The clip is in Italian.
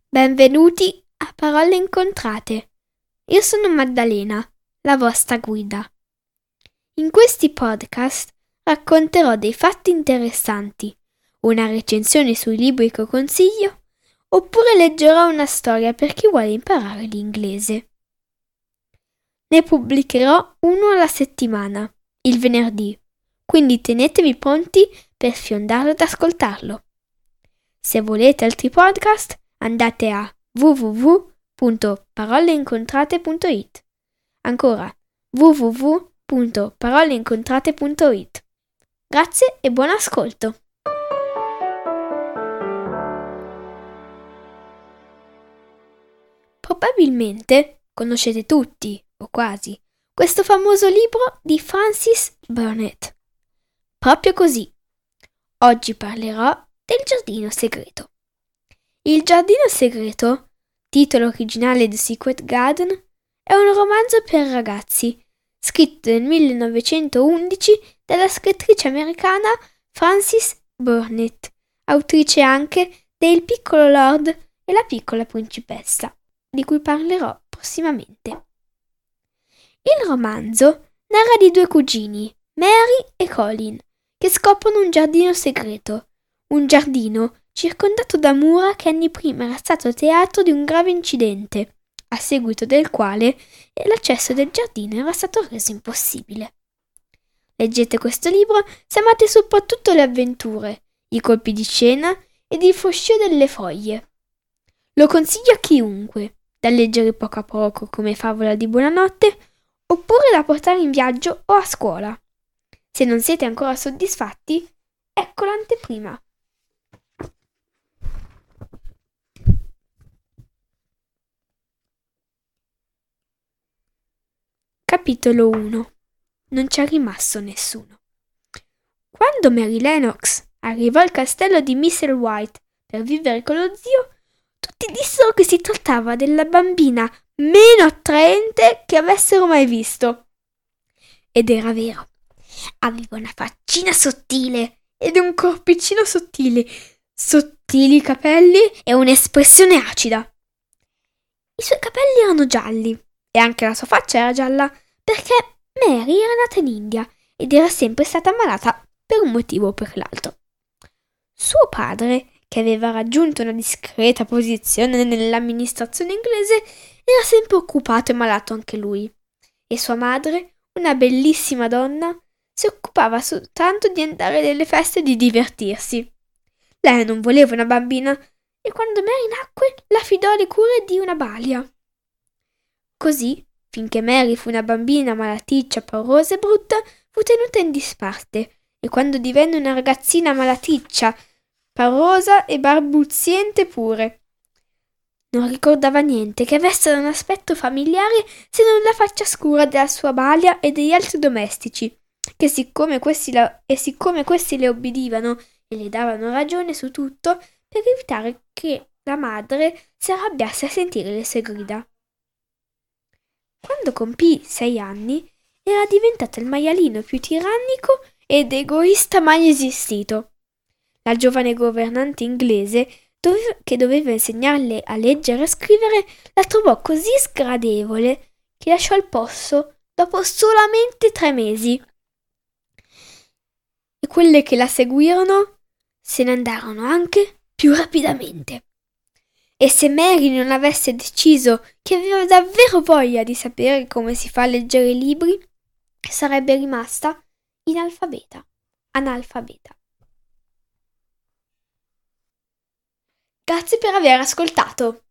Benvenuti a Parole Incontrate. Io sono Maddalena, la vostra guida. In questi podcast racconterò dei fatti interessanti, una recensione sui libri che consiglio, oppure leggerò una storia per chi vuole imparare l'inglese. Ne pubblicherò uno alla settimana, il venerdì, quindi tenetevi pronti per fiondarlo ed ascoltarlo. Se volete altri podcast, andate a www.paroleincontrate.it. Ancora www.paroleincontrate.it. Grazie e buon ascolto. Probabilmente conoscete tutti, o quasi, questo famoso libro di Francis Burnett. Proprio così. Oggi parlerò del giardino segreto. Il giardino segreto, titolo originale The Secret Garden, è un romanzo per ragazzi, scritto nel 1911 dalla scrittrice americana Frances Burnett, autrice anche de Il piccolo lord e la piccola principessa, di cui parlerò prossimamente. Il romanzo narra di due cugini, Mary e Colin, che scoprono un giardino segreto, un giardino circondato da mura che anni prima era stato teatro di un grave incidente, a seguito del quale l'accesso del giardino era stato reso impossibile. Leggete questo libro se amate soprattutto le avventure, i colpi di scena ed il fruscio delle foglie. Lo consiglio a chiunque, da leggere poco a poco come favola di buonanotte, oppure da portare in viaggio o a scuola. Se non siete ancora soddisfatti, ecco l'anteprima. Capitolo 1. Non c'è rimasto nessuno. Quando Mary Lennox arrivò al castello di Mr. White per vivere con lo zio, tutti dissero che si trattava della bambina meno attraente che avessero mai visto. Ed era vero. Aveva una faccina sottile ed un corpicino sottile, sottili capelli e un'espressione acida. I suoi capelli erano gialli e anche la sua faccia era gialla perché Mary era nata in India ed era sempre stata malata per un motivo o per l'altro. Suo padre, che aveva raggiunto una discreta posizione nell'amministrazione inglese, era sempre occupato e malato anche lui. E sua madre, una bellissima donna, si occupava soltanto di andare nelle feste e di divertirsi. Lei non voleva una bambina e quando Mary nacque la affidò alle cure di una balia. Così, finché Mary fu una bambina malaticcia, paurosa e brutta, fu tenuta in disparte e quando divenne una ragazzina malaticcia, paurosa e balbuziente pure. Non ricordava niente che avesse un aspetto familiare se non la faccia scura della sua balia e degli altri domestici, che siccome questi le obbedivano e le davano ragione su tutto, per evitare che la madre si arrabbiasse a sentire le sue grida. Quando compì 6 anni, era diventato il maialino più tirannico ed egoista mai esistito. La giovane governante inglese, che doveva insegnarle a leggere e a scrivere, la trovò così sgradevole che lasciò il posto dopo solamente 3 mesi. E quelle che la seguirono se ne andarono anche più rapidamente. E se Mary non avesse deciso che aveva davvero voglia di sapere come si fa a leggere i libri, sarebbe rimasta analfabeta. Grazie per aver ascoltato.